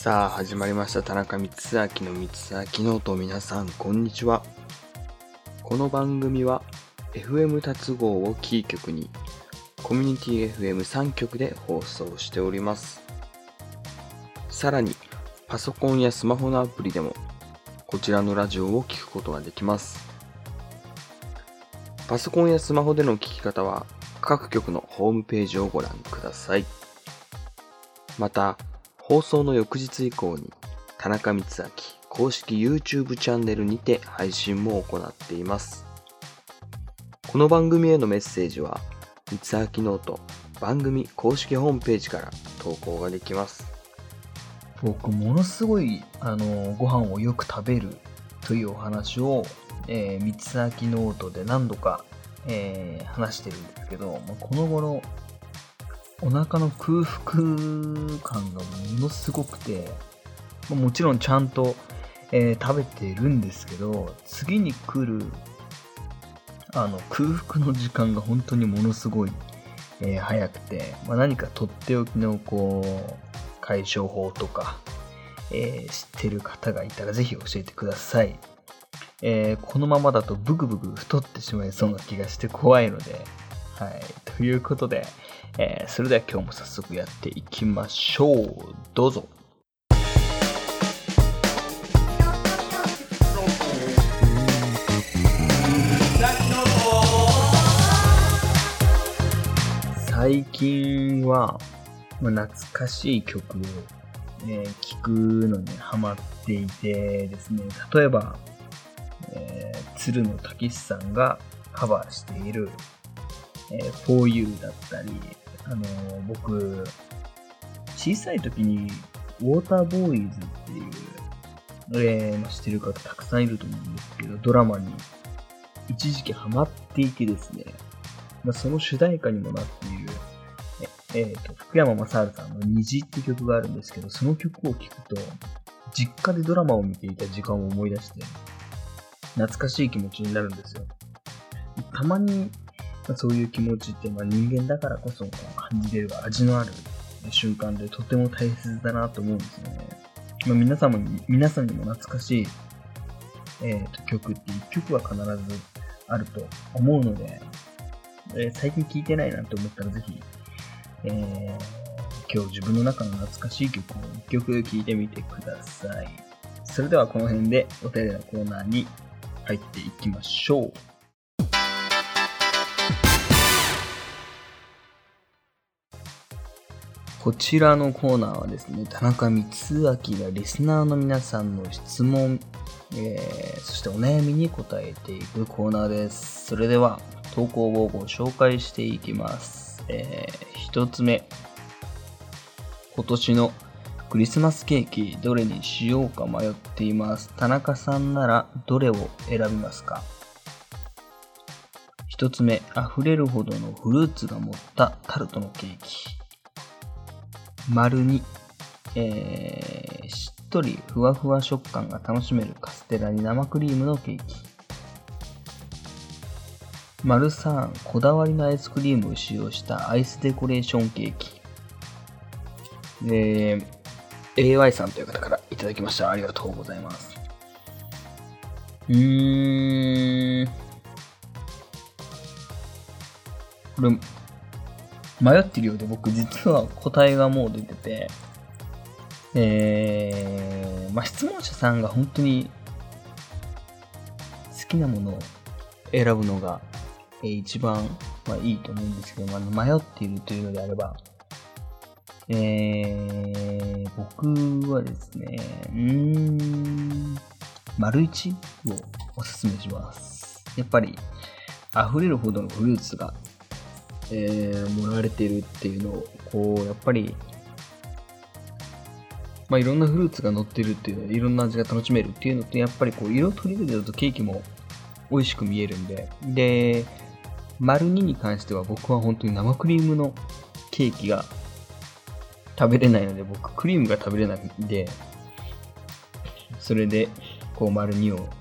さあ始まりました。田中光明の光明ノート。皆さんこんにちは。この番組は FM 達合をキー局にコミュニティ FM3 局で放送しております。さらにパソコンやスマホのアプリでもこちらのラジオを聞くことができます。パソコンやスマホでの聞き方は各局のホームページをご覧ください。また放送の翌日以降に田中光明公式 YouTube チャンネルにて配信も行っています。この番組へのメッセージは光明ノート番組公式ホームページから投稿ができます。 僕ものすごいご飯をよく食べるというお話を、光明ノートで何度か、話してるんですけど、この頃お腹の空腹感がものすごくて、もちろんちゃんと、食べてるんですけど、次に来る空腹の時間が本当にものすごい、早くて、何かとっておきの解消法とか、知ってる方がいたらぜひ教えてください。このままだとブクブク太ってしまいそうな気がして怖いので、はい、ということで、それでは今日も早速やっていきましょう。どうぞ。最近は懐かしい曲を、聴くのにハマっていてですね、例えば、鶴野武さんがカバーしているFor You だったり、僕小さい時にウォーターボーイズっていう、知ってる方たくさんいると思うんですけど、ドラマに一時期ハマっていてですね、その主題歌にもなっている、福山雅治さんの虹って曲があるんですけど、その曲を聴くと実家でドラマを見ていた時間を思い出して懐かしい気持ちになるんですよ。たまにそういう気持ちって人間だからこそ感じれる味のある瞬間でとても大切だなと思うんですよね。皆さんにも懐かしい、曲って一曲は必ずあると思うので、最近聴いてないなと思ったらぜひ、今日自分の中の懐かしい曲を一曲聴いてみてください。それではこの辺でお手のコーナーに入っていきましょう。こちらのコーナーはですね、田中光明がリスナーの皆さんの質問、そしてお悩みに答えていくコーナーです。それでは投稿をご紹介していきます。一つ目、今年のクリスマスケーキどれにしようか迷っています。田中さんならどれを選びますか？一つ目、溢れるほどのフルーツが盛ったタルトのケーキ。丸2、しっとりふわふわ食感が楽しめるカステラに生クリームのケーキ。丸3、こだわりのアイスクリームを使用したアイスデコレーションケーキ。AY さんという方からいただきました。ありがとうございます。これ迷ってるようで、僕実は答えがもう出てて、質問者さんが本当に好きなものを選ぶのが、一番、いいと思うんですけど、迷っているというのであれば、僕はですね、丸1をおすすめします。やっぱり溢れるほどのフルーツが盛られているっていうのをやっぱりいろんなフルーツが乗ってるっていうのでいろんな味が楽しめるっていうのと、やっぱり色とりどりだとケーキも美味しく見えるんで、丸2に関しては僕は本当に生クリームのケーキが食べれないので、僕クリームが食べれないんで、それで丸2を、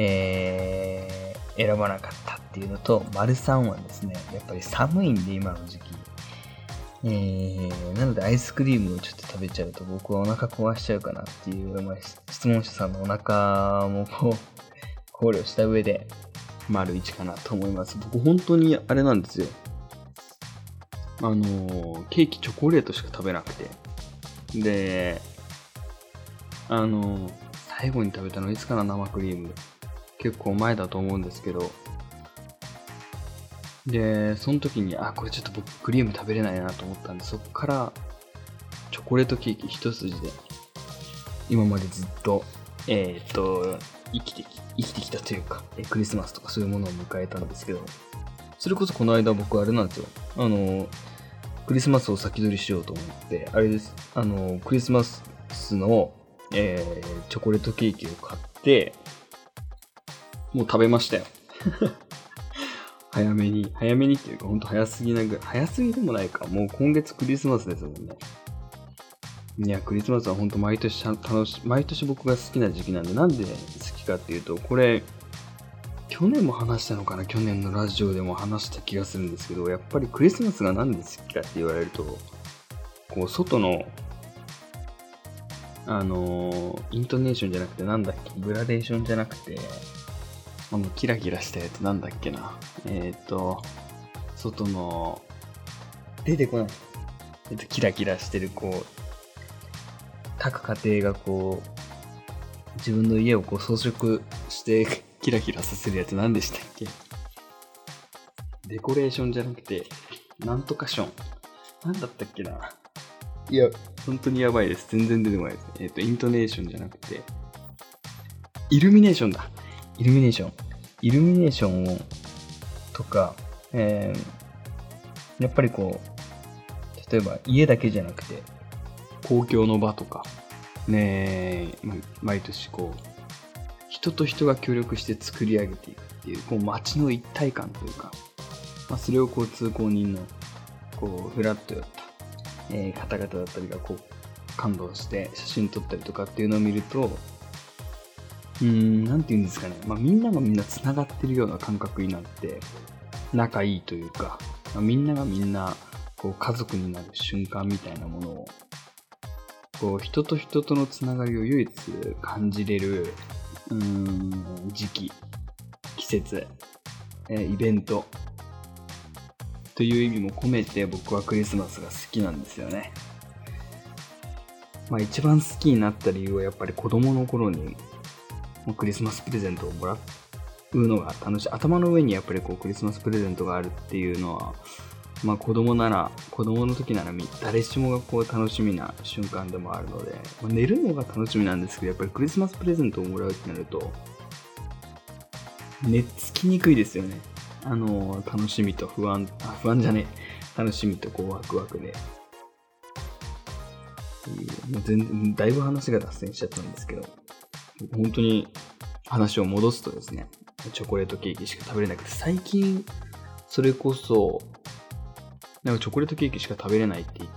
選ばなかったっていうのと、丸3はですね、やっぱり寒いんで今の時期なのでアイスクリームをちょっと食べちゃうと僕はお腹壊しちゃうかなっていう、質問者さんのお腹も考慮した上で、丸1かなと思います。僕本当にあれなんですよ。ケーキチョコレートしか食べなくて。で、最後に食べたのいつかな、生クリーム。結構前だと思うんですけど。で、その時に、これちょっと僕クリーム食べれないなと思ったんで、そこからチョコレートケーキ一筋で、今までずっと、生きてきたというか、クリスマスとかそういうものを迎えたんですけど、それこそこの間僕あれなんですよ。クリスマスを先取りしようと思って、あれです。クリスマスの、チョコレートケーキを買って、もう食べましたよ。早めにっていうか、ほんと早すぎでもないか。もう今月クリスマスですもんね。いや、クリスマスはほんと毎年僕が好きな時期なんで、なんで好きかっていうと、これ、去年も話したのかな、去年のラジオでも話した気がするんですけど、やっぱりクリスマスがなんで好きかって言われると、こう、外の、イントネーションじゃなくて、なんだっけ、グラデーションじゃなくて、キラキラしたやつなんだっけな。外の、出てこない。キラキラしてる、こう、各家庭がこう、自分の家をこう装飾してキラキラさせるやつ何でしたっけ？デコレーションじゃなくて、なんとかション。なんだったっけな。いや、本当にやばいです。全然出てこないです。イントネーションじゃなくて、イルミネーションだ。イルミネーションを、とか、やっぱりこう、例えば家だけじゃなくて、公共の場とか、ね、毎年こう、人と人が協力して作り上げていくっていう、こう街の一体感というか、それをこう通行人の、こう、フラッと寄った、方々だったりがこう、感動して写真撮ったりとかっていうのを見ると、なんて言うんですかね。みんながみんな繋がってるような感覚になって、仲いいというか、みんながみんな、こう、家族になる瞬間みたいなものを、こう、人と人とのつながりを唯一感じれる、時期、季節、イベント、という意味も込めて僕はクリスマスが好きなんですよね。一番好きになった理由はやっぱり子供の頃にクリスマスプレゼントをもらうのが楽しい。頭の上にやっぱりこうクリスマスプレゼントがあるっていうのは、子供の時なら誰しもがこう楽しみな瞬間でもあるので、寝るのが楽しみなんですけど、やっぱりクリスマスプレゼントをもらうってなると、寝つきにくいですよね。楽しみと不安じゃねえ。楽しみとこうワクワクで。全然、だいぶ話が脱線しちゃったんですけど、本当に話を戻すとですね、チョコレートケーキしか食べれなくて、最近、それこそ、チョコレートケーキしか食べれないって言った、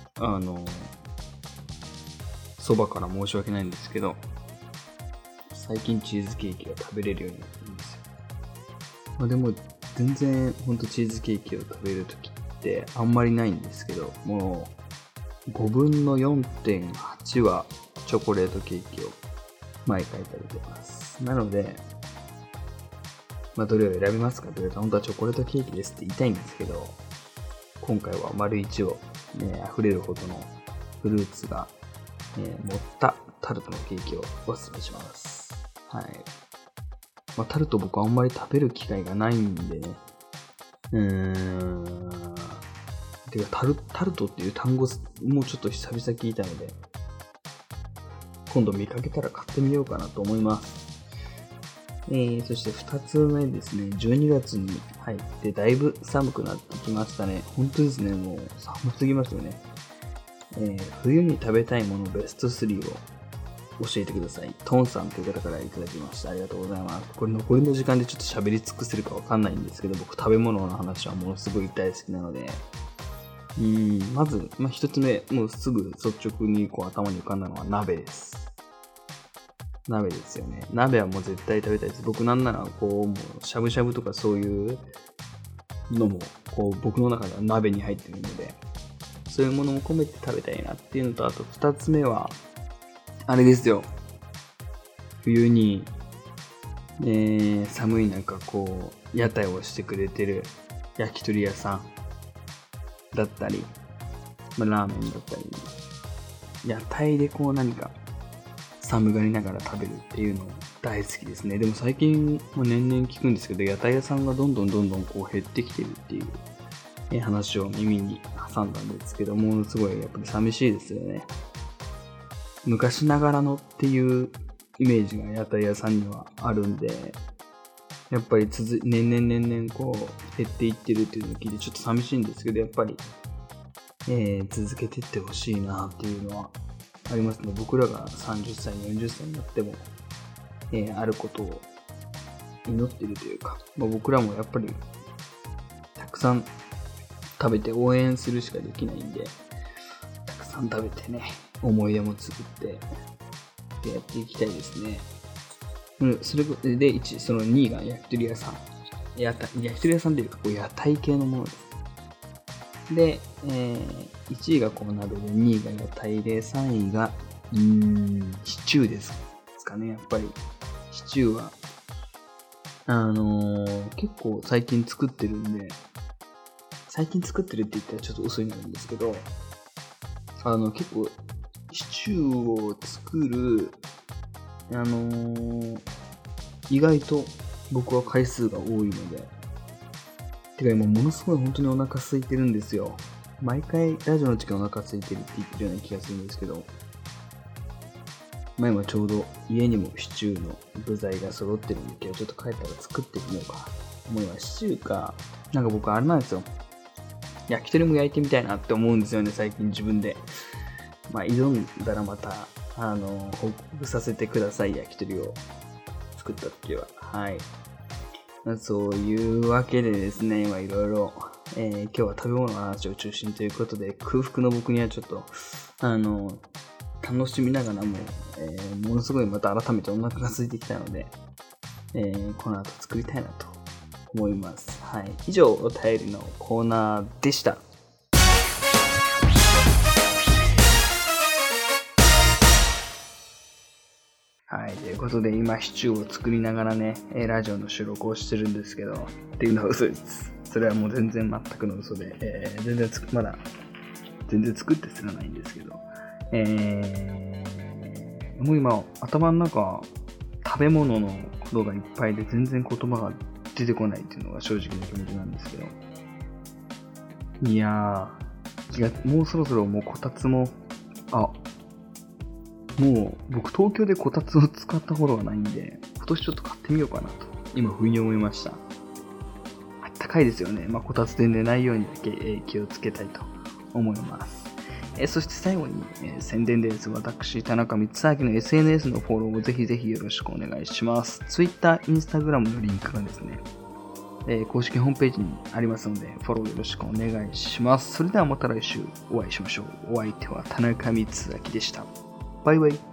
そばから申し訳ないんですけど、最近チーズケーキが食べれるようになったんですよ。でも、全然、ほんとチーズケーキを食べるときってあんまりないんですけど、もう、5分の 4.8 はチョコレートケーキを毎回食べてます。なので、どれを選びますかと言われたら、本当はチョコレートケーキですって言いたいんですけど、今回は丸1を、溢れるほどのフルーツが、盛ったタルトのケーキをおすすめします。はい。タルト僕あんまり食べる機会がないんでね。てかタルトっていう単語もうちょっと久々聞いたので、今度見かけたら買ってみようかなと思います。そして2つ目ですね、12月に入ってだいぶ寒くなってきましたね。本当ですね、もう寒すぎますよね。冬に食べたいものベスト3を教えてください。トンさんという方からいただきました。ありがとうございます。これ残りの時間でちょっと喋り尽くせるかわかんないんですけど、僕食べ物の話はものすごい大好きなので、まず、一つ目、もうすぐ率直にこう頭に浮かんだのは鍋です。鍋ですよね。鍋はもう絶対食べたいです。僕なんならこう、もうしゃぶしゃぶとかそういうのも、こう僕の中では鍋に入ってるので、 そういうものも込めて食べたいなっていうのと、あと2つ目は、あれですよ。冬に、寒い中、こう、屋台をしてくれてる焼き鳥屋さんだったり、ラーメンだったり、屋台でこう何か寒がりながら食べるっていうの大好きですね。でも最近、年々聞くんですけど、屋台屋さんがどんどんこう減ってきてるっていう話を耳に挟んだんですけども、すごいやっぱり寂しいですよね。昔ながらのっていうイメージが屋台屋さんにはあるんで、やっぱり年々こう減っていってるっていうのを聞いてちょっと寂しいんですけど、やっぱり、続けていってほしいなっていうのはありますね。僕らが30歳、40歳になっても、あることを祈ってるというか、僕らもやっぱりたくさん食べて応援するしかできないんで、たくさん食べてね、思い出も作ってやっていきたいですね。それでその2位が焼き鳥屋さん。焼き鳥屋さんというかこう屋台系のものです。で、1位がこう鍋で、2位が屋台で、3位がシチューですかね。やっぱりシチューは結構最近作ってるんで、最近作ってるって言ったらちょっと嘘になるんですけど、結構シチューを作る意外と僕は回数が多いので、てか今ものすごい本当にお腹空いてるんですよ。毎回ラジオの時間お腹空いてるって言ってるような気がするんですけど、今ちょうど家にもシチューの具材が揃ってるんで、今日ちょっと帰ったら作ってみようかなと思います。シチューか、なんか僕あれなんですよ。焼き鳥も焼いてみたいなって思うんですよね、最近自分で。挑んだらまた、報告させてください、焼き鳥を作った時は。はい。そういうわけでですね、今いろいろ、今日は食べ物の話を中心ということで、空腹の僕にはちょっと、楽しみながらも、ものすごいまた改めてお腹が空いてきたので、この後作りたいなと思います。はい。以上、お便りのコーナーでした。はい。ということで、今、シチューを作りながらね、ラジオの収録をしてるんですけど、っていうのは嘘です。それはもう全然全くの嘘で、まだ、全然作ってすらないんですけど、もう今、頭の中、食べ物のことがいっぱいで全然言葉が出てこないっていうのが正直な気持ちなんですけど、いやー、もうそろそろもうこたつも、もう僕東京でこたつを使ったことがないんで、今年ちょっと買ってみようかなと今不意に思いました。あったかいですよね。こたつで寝ないようにだけ気をつけたいと思います。そして最後に、宣伝です。私田中光明の SNS のフォローをぜひぜひよろしくお願いします。Twitter、Instagram のリンクがですね、公式ホームページにありますのでフォローよろしくお願いします。それではまた来週お会いしましょう。お相手は田中光明でした。バイバイ。